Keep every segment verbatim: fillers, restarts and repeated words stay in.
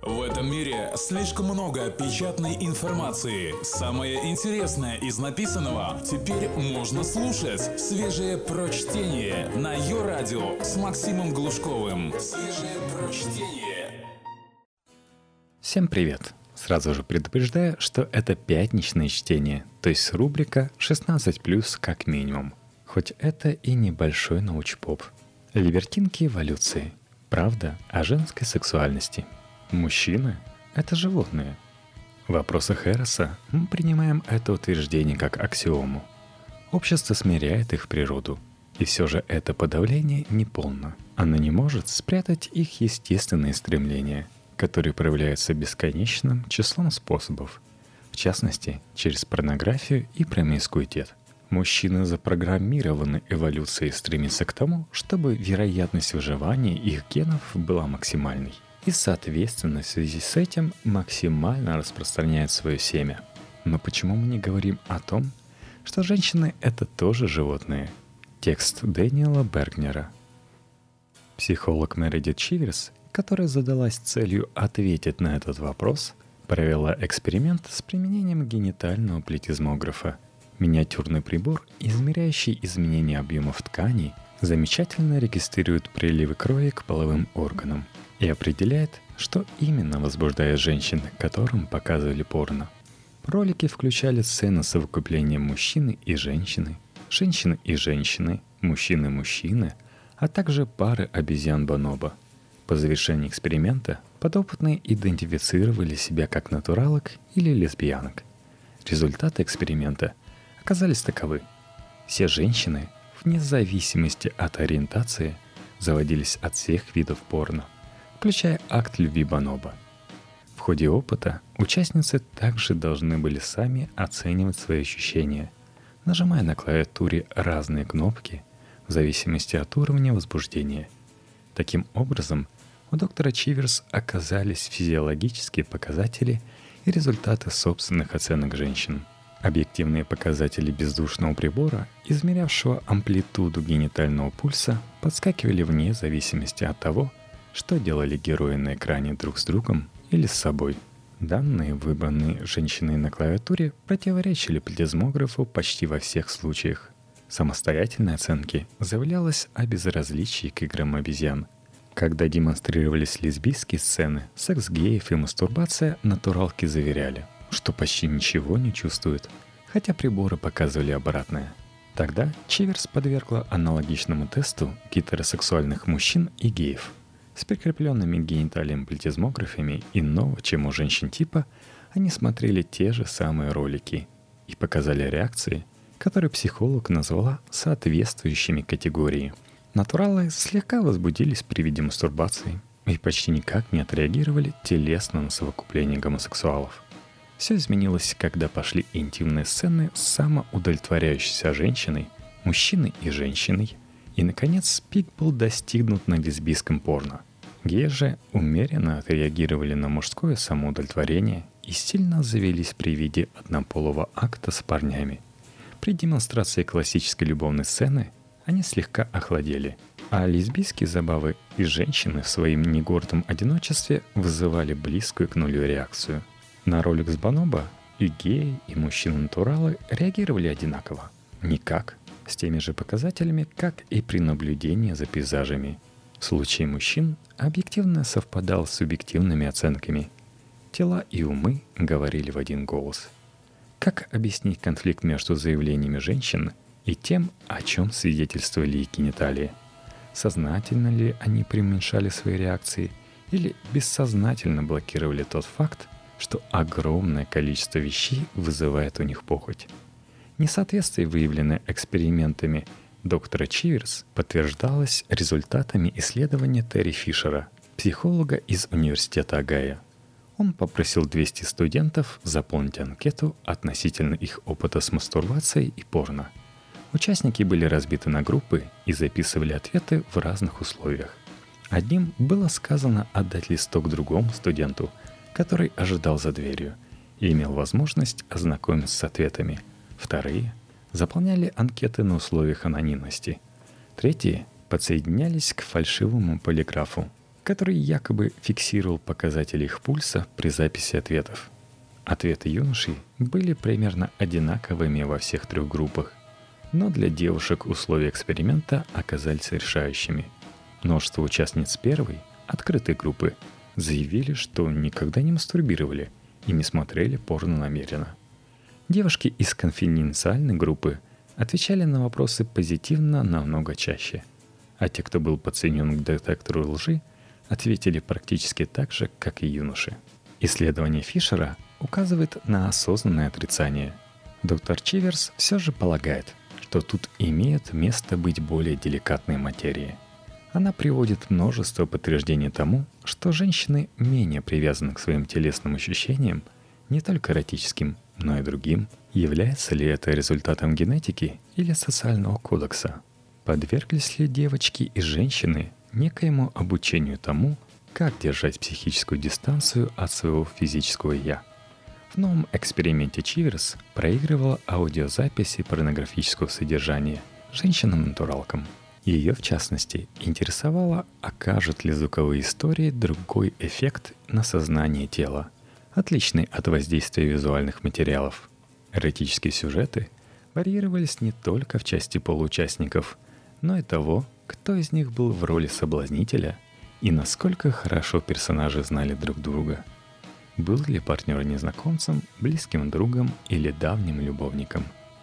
В этом мире слишком много печатной информации. Самое интересное из написанного теперь можно слушать. Свежее прочтение на Йо-Радио с Максимом Глушковым. Свежее прочтение. Всем привет! Сразу же предупреждаю, что это пятничное чтение, то есть рубрика шестнадцать плюс как минимум. Хоть это и небольшой научпоп. Либертинки эволюции. Правда о женской сексуальности. Мужчины — это животные. В вопросах Эроса мы принимаем это утверждение как аксиому. Общество смиряет их природу. И все же это подавление неполно. Оно не может спрятать их естественные стремления, которые проявляются бесконечным числом способов. В частности, через порнографию и промискуитет. Мужчины запрограммированы эволюцией стремиться к тому, чтобы вероятность выживания их генов была максимальной. И, соответственно, в связи с этим максимально распространяют свое семя. Но почему мы не говорим о том, что женщины — это тоже животные? Текст Дэниела Бергнера. Психолог Мередит Чиверс, которая задалась целью ответить на этот вопрос, провела эксперимент с применением генитального плетизмографа. Миниатюрный прибор, измеряющий изменения объемов тканей, замечательно регистрирует приливы крови к половым органам и определяет, что именно возбуждает женщин, которым показывали порно. Ролики включали сцены совокупления мужчины и женщины, женщины и женщины, мужчины-мужчины, а также пары обезьян-бонобо. По завершении эксперимента подопытные идентифицировали себя как натуралок или лесбиянок. Результаты эксперимента оказались таковы. Все женщины, вне зависимости от ориентации, заводились от всех видов порно, включая акт любви бонобо. В ходе опыта участницы также должны были сами оценивать свои ощущения, нажимая на клавиатуре разные кнопки в зависимости от уровня возбуждения. Таким образом, у доктора Чиверс оказались физиологические показатели и результаты собственных оценок женщин. Объективные показатели бездушного прибора, измерявшего амплитуду генитального пульса, подскакивали вне зависимости от того, что делали герои на экране друг с другом или с собой. Данные, выбранные женщиной на клавиатуре, противоречили плетизмографу почти во всех случаях. В самостоятельной оценке заявлялось о безразличии к играм обезьян. Когда демонстрировались лесбийские сцены, секс геев и мастурбация, натуралки заверяли, что почти ничего не чувствуют, хотя приборы показывали обратное. Тогда Чиверс подвергла аналогичному тесту гетеросексуальных мужчин и геев. С прикрепленными гениталиями плетизмографами иного, чем у женщин типа, они смотрели те же самые ролики и показали реакции, которые психолог назвала соответствующими категории. Натуралы слегка возбудились при виде мастурбации и почти никак не отреагировали телесно на совокупление гомосексуалов. Все изменилось, когда пошли интимные сцены с самоудовлетворяющейся женщиной, мужчиной и женщиной, и, наконец, пик был достигнут на лесбийском порно. Геи же умеренно отреагировали на мужское самоудовлетворение и сильно завелись при виде однополого акта с парнями. При демонстрации классической любовной сцены они слегка охладели, а лесбийские забавы и женщины в своем негордом одиночестве вызывали близкую к нулю реакцию. На ролик с бонобо и геи, и мужчины-натуралы реагировали одинаково. Никак. С теми же показателями, как и при наблюдении за пейзажами. В случае мужчин объективно совпадал с субъективными оценками. Тела и умы говорили в один голос. Как объяснить конфликт между заявлениями женщин и тем, о чем свидетельствовали их гениталии? Сознательно ли они преуменьшали свои реакции или бессознательно блокировали тот факт, что огромное количество вещей вызывает у них похоть? Несоответствие, выявленное экспериментами доктора Чиверс, подтверждалось результатами исследования Терри Фишера, психолога из Университета Огайо. Он попросил двести студентов заполнить анкету относительно их опыта с мастурбацией и порно. Участники были разбиты на группы и записывали ответы в разных условиях. Одним было сказано отдать листок другому студенту, который ожидал за дверью и имел возможность ознакомиться с ответами. Вторые заполняли анкеты на условиях анонимности. Третьи подсоединялись к фальшивому полиграфу, который якобы фиксировал показатели их пульса при записи ответов. Ответы юношей были примерно одинаковыми во всех трех группах, но для девушек условия эксперимента оказались решающими. Множество участниц первой, открытой группы, заявили, что никогда не мастурбировали и не смотрели порно намеренно. Девушки из конфиденциальной группы отвечали на вопросы позитивно намного чаще, а те, кто был подсоединен к детектору лжи, ответили практически так же, как и юноши. Исследование Фишера указывает на осознанное отрицание. Доктор Чиверс все же полагает, что тут имеет место быть более деликатной материи. Она приводит множество подтверждений тому, что женщины менее привязаны к своим телесным ощущениям, не только эротическим, но и другим. Является ли это результатом генетики или социального кодекса? Подверглись ли девочки и женщины некоему обучению тому, как держать психическую дистанцию от своего физического «я»? В новом эксперименте Чиверс проигрывала аудиозаписи порнографического содержания женщинам-натуралкам. Ее, в частности, интересовало, окажут ли звуковые истории другой эффект на сознание тела, отличный от воздействия визуальных материалов. Эротические сюжеты варьировались не только в части полуучастников, но и того, кто из них был в роли соблазнителя и насколько хорошо персонажи знали друг друга. Был ли партнер незнакомцем, близким другом или давним любовником?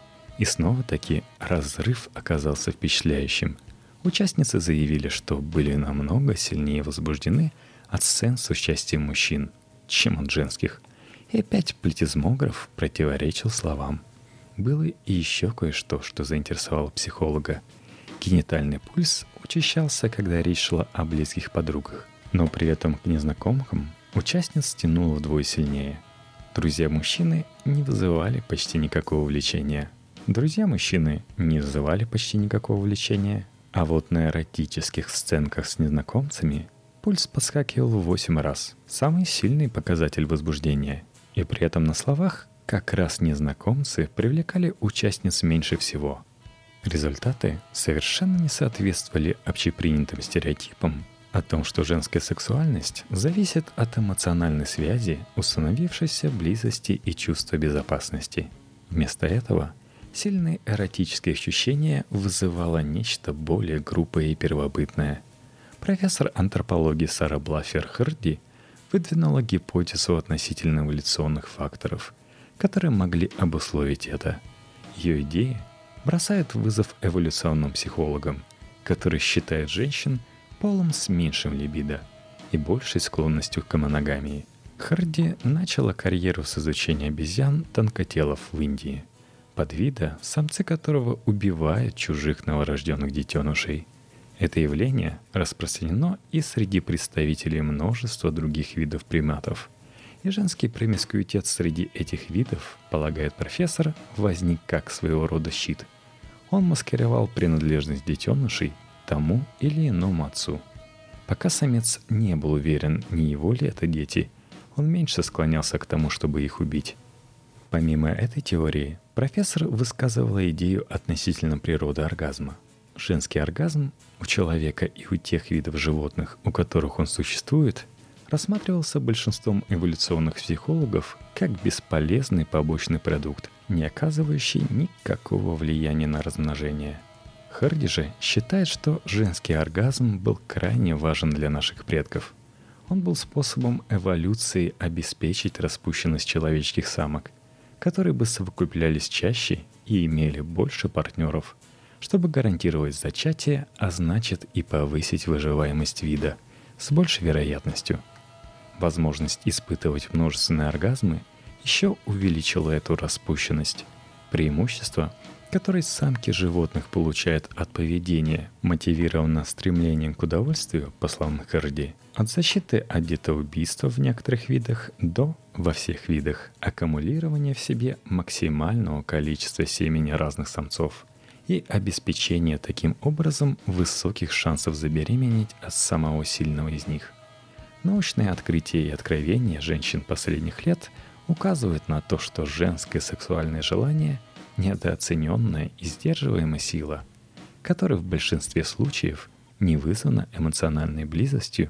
И снова-таки разрыв оказался впечатляющим. Участницы заявили, что были намного сильнее возбуждены от сцен с участием мужчин, чем от женских. И опять плетизмограф противоречил словам. Было и еще кое-что, что заинтересовало психолога. Генитальный пульс учащался, когда речь шла о близких подругах, но при этом к незнакомкам участниц тянуло вдвое сильнее. Друзья-мужчины не вызывали почти никакого влечения. Друзья-мужчины не вызывали почти никакого влечения. А вот на эротических сценках с незнакомцами пульс подскакивал в восемь раз. Самый сильный показатель возбуждения. И при этом на словах как раз незнакомцы привлекали участниц меньше всего. Результаты совершенно не соответствовали общепринятым стереотипам о том, что женская сексуальность зависит от эмоциональной связи, установившейся близости и чувства безопасности. Вместо этого сильные эротические ощущения вызывало нечто более грубое и первобытное. Профессор антропологии Сара Блаффер-Харди выдвинула гипотезу относительно эволюционных факторов, которые могли обусловить это. Ее идеи бросают вызов эволюционным психологам, которые считают женщин полом с меньшим либидо и большей склонностью к моногамии. Харди начала карьеру с изучения обезьян-тонкотелов в Индии, подвида, самцы которого убивают чужих новорожденных детенышей. Это явление распространено и среди представителей множества других видов приматов. И женский промискуитет среди этих видов, полагает профессор, возник как своего рода щит. Он маскировал принадлежность детенышей тому или иному отцу. Пока самец не был уверен, не его ли это дети, он меньше склонялся к тому, чтобы их убить. Помимо этой теории, профессор высказывала идею относительно природы оргазма. Женский оргазм у человека и у тех видов животных, у которых он существует, рассматривался большинством эволюционных психологов как бесполезный побочный продукт, не оказывающий никакого влияния на размножение. Харди же считает, что женский оргазм был крайне важен для наших предков. Он был способом эволюции обеспечить распущенность человеческих самок, которые бы совокуплялись чаще и имели больше партнеров, чтобы гарантировать зачатие, а значит и повысить выживаемость вида с большей вероятностью. Возможность испытывать множественные оргазмы еще увеличила эту распущенность. Преимущество, которое самки животных получают от поведения, мотивировано стремлением к удовольствию, по словам Харди, от защиты от детоубийства в некоторых видах до, во всех видах, аккумулирования в себе максимального количества семени разных самцов и обеспечения таким образом высоких шансов забеременеть от самого сильного из них. Научные открытия и откровения женщин последних лет указывают на то, что женское сексуальное желание – недооцененная и сдерживаемая сила, которая в большинстве случаев не вызвана эмоциональной близостью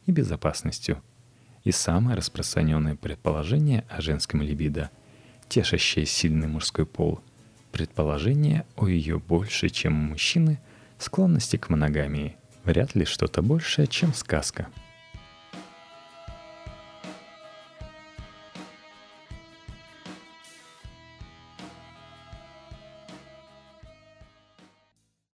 и безопасностью. И самое распространенное предположение о женском либидо, тешащее сильный мужской пол, предположение о ее больше, чем у мужчины, склонности к моногамии, вряд ли что-то большее, чем сказка.